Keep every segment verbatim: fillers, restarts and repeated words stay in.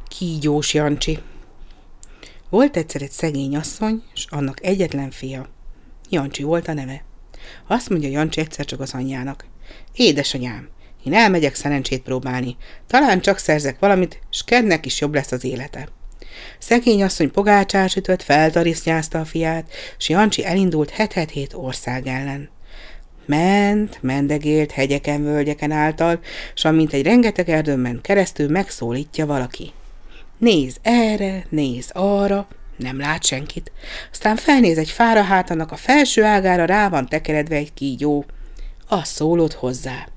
Kígyós Jancsi. Volt egyszer egy szegény asszony, s annak egyetlen fia. Jancsi volt a neve. Azt mondja Jancsi egyszer csak az anyjának: édesanyám, én elmegyek szerencsét próbálni, talán csak szerzek valamit, s kednek is jobb lesz az élete. Szegény asszony pogácsát sütött, feltarisznyázta a fiát, s Jancsi elindult het-het-hét ország ellen. Ment, mendegélt, hegyeken, völgyeken által, s amint egy rengeteg erdőn ment keresztül, megszólítja valaki. Néz erre, néz arra, nem lát senkit. Aztán felnéz egy fára, hát annak a felső ágára rá van tekeredve egy kígyó. Az szólott hozzá.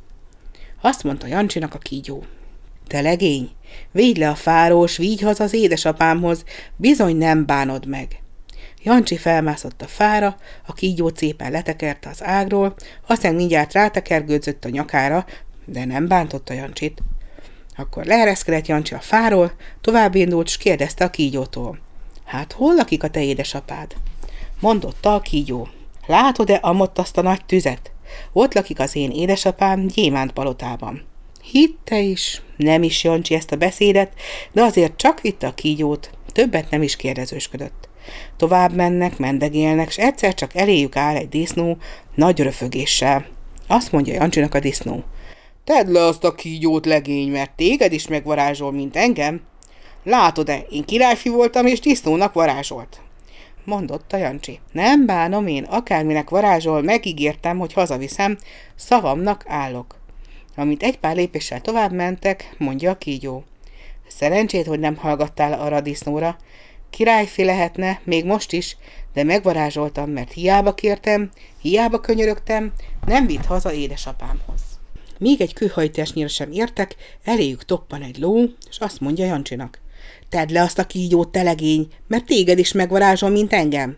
Azt mondta Jancsinak a kígyó: te legény, védj le a fáról, s vigy haza az édesapámhoz, bizony nem bánod meg. Jancsi felmászott a fára, a kígyó szépen letekerte az ágról, aztán mindjárt rátekergődzött a nyakára, de nem bántotta Jancsit. Akkor leereszkedett Jancsi a fáról, tovább indult, s kérdezte a kígyótól: hát hol lakik a te édesapád? Mondotta a kígyó: látod-e amott azt a nagy tüzet? Ott lakik az én édesapám Gyémánt palotában. Hitte is, nem is Jancsi ezt a beszédet, de azért csak vitte a kígyót, többet nem is kérdezősködött. Tovább mennek, mendegélnek, s egyszer csak eléjük áll egy disznó nagy röfögéssel. Azt mondja Jancsinak a disznó: tedd le azt a kígyót, legény, mert téged is megvarázsol, mint engem. Látod-e, én királyfi voltam, és disznónak varázsolt. Mondotta Jancsi: nem bánom, én akárminek varázsol, megígértem, hogy hazaviszem, szavamnak állok. Amint egy pár lépéssel tovább mentek, mondja a kígyó: szerencsét, hogy nem hallgattál arra a disznóra. Királyfi lehetne, még most is, de megvarázsoltam, mert hiába kértem, hiába könyörögtem, nem vitt haza édesapámhoz. Míg egy kőhajtásnyira sem értek, eléjük toppan egy ló, és azt mondja Jancsinak: tedd le azt a kígyót, te legény, mert téged is megvarázsol, mint engem.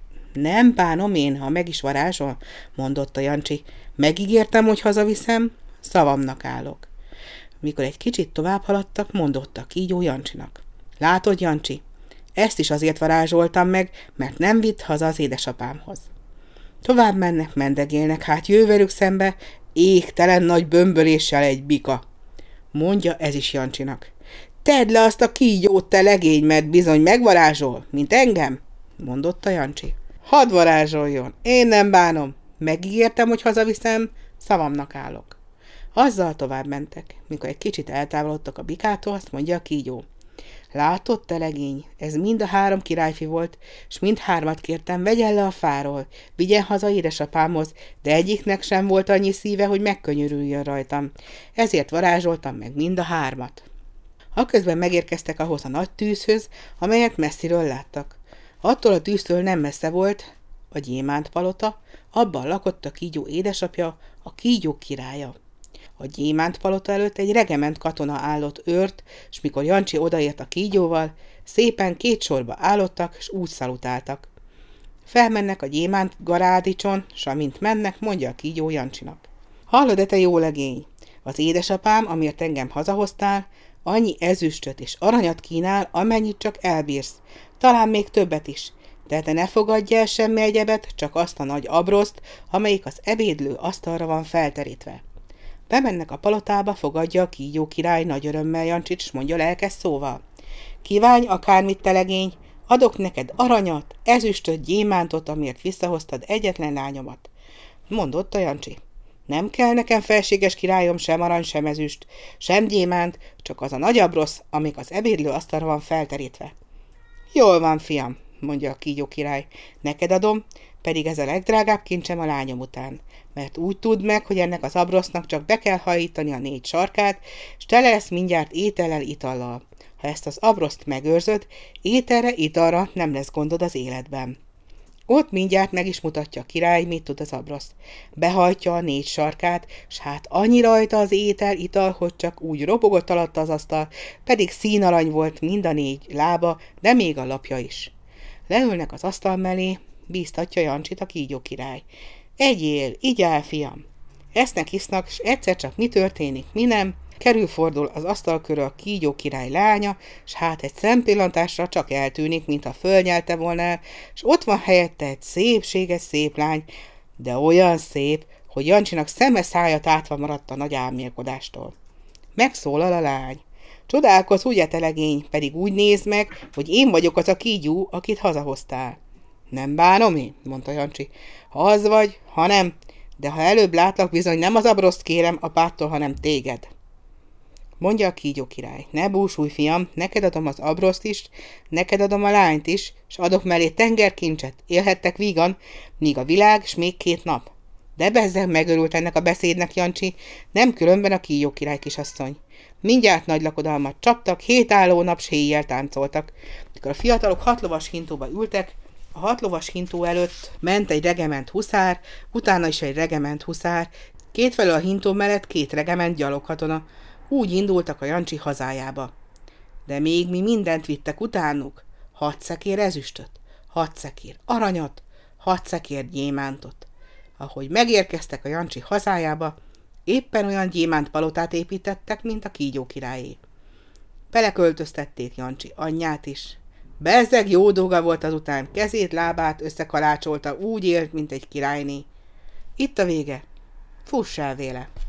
Nem bánom én, ha meg is varázsol, mondotta Jancsi. Megígértem, hogy hazaviszem, szavamnak állok. Mikor egy kicsit tovább haladtak, mondotta a kígyó Jancsinak: látod, Jancsi, ezt is azért varázsoltam meg, mert nem vitt haza az édesapámhoz. Tovább mennek, mendegélnek, hát jő velük szembe égtelen nagy bömböléssel egy bika. Mondja ez is Jancsinak: tedd le azt a kígyót, te legény, mert bizony megvarázsol, mint engem, mondotta Jancsi. Hadd varázsoljon, én nem bánom, megígértem, hogy hazaviszem, szavamnak állok. Azzal tovább mentek. Mikor egy kicsit eltávolodtak a bikától, azt mondja a kígyó: látod, te legény, ez mind a három királyfi volt, s mind hármat kértem, vegyen le a fáról, vigyen haza édesapámhoz, de egyiknek sem volt annyi szíve, hogy megkönyörüljön rajtam. Ezért varázsoltam meg mind a hármat. Aközben megérkeztek ahhoz a nagy tűzhöz, amelyet messziről láttak. Attól a tűztől nem messze volt a Gyémánt palota, abban lakott a kígyó édesapja, a kígyók királya. A Gyémánt palota előtt egy regement katona állott őrt, s mikor Jancsi odaért a kígyóval, szépen két sorba állottak, s úgy szalutáltak. Felmennek a Gyémánt garádicson, s amint mennek, mondja a kígyó Jancsinak: hallod-e, te jó legény? Az édesapám, amiért engem hazahoztál, annyi ezüstöt és aranyat kínál, amennyit csak elbírsz, talán még többet is, de te ne fogadj el semmi egyebet, csak azt a nagy abroszt, amelyik az ebédlő asztalra van felterítve. Bemennek a palotába, fogadja a kígyó király nagy örömmel Jancsit, s mondja lelkes szóval: kívánj akármit, te legény, adok neked aranyat, ezüstöt, gyémántot, amiért visszahoztad egyetlen lányomat. Mondotta Jancsi: nem kell nekem, felséges királyom, sem arany, sem ezüst, sem gyémánt, csak az a nagy abrosz, amik az ebédlő asztalra van felterítve. Jól van, fiam, mondja a kígyó király, neked adom, pedig ez a legdrágább kincsem a lányom után, mert úgy tudd meg, hogy ennek az abrosznak csak be kell hajítani a négy sarkát, s tele lesz mindjárt étellel, itallal. Ha ezt az abroszt megőrzöd, ételre, italra nem lesz gondod az életben. Ott mindjárt meg is mutatja a király, mit tud az abrosz. Behajtja a négy sarkát, s hát annyi rajta az étel, ital, hogy csak úgy ropogott alatta az asztal, pedig színarany volt mind a négy lába, de még a lapja is. Leülnek az asztal mellé, bíztatja Jancsit a kígyó király. Egyél, igyál, fiam! Esznek, isznak, s egyszer csak mi történik, mi nem, kerülfordul az asztal körül a kígyó király lánya, s hát egy szempillantásra csak eltűnik, mintha fölnyelte volna el, s ott van helyette egy szépséges szép lány, de olyan szép, hogy Jancsinak szeme szája tátva maradt a nagy álmélkodástól. Megszólal a lány: Csodálkozz, ugye, te legény, pedig úgy néz meg, hogy én vagyok az a kígyó, akit hazahoztál. Nem bánom én, mondta Jancsi. Ha az vagy, ha nem, de ha előbb látlak, bizony nem az abroszt kérem apától, hanem téged. Mondja a kígyó király, ne búsulj, fiam, neked adom az abroszt is, neked adom a lányt is, s adok mellé tengerkincset, élhettek vígan, míg a világ, s még két nap. De bezzeg megörült ennek a beszédnek, Jancsi, nem különben a kígyó király kisasszony. Mindjárt nagy lakodalmat csaptak, hét álló nap s héjjel táncoltak. Mikor a fiatalok hatlovas hintóba ültek, a hatlovas hintó előtt ment egy regement huszár, utána is egy regement huszár, kétfelől a hintó mellett két regement gyalogkatona. Úgy indultak a Jancsi hazájába. De még mi mindent vittek utánuk. Hat szekér ezüstöt, hat szekér aranyat, hat szekér gyémántot. Ahogy megérkeztek a Jancsi hazájába, éppen olyan gyémánt palotát építettek, mint a kígyó királyé. Beleköltöztették Jancsi anyját is. Bezzeg jó dolga volt azután, kezét, lábát összekalácsolta, úgy élt, mint egy királyné. Itt a vége. Fuss el véle!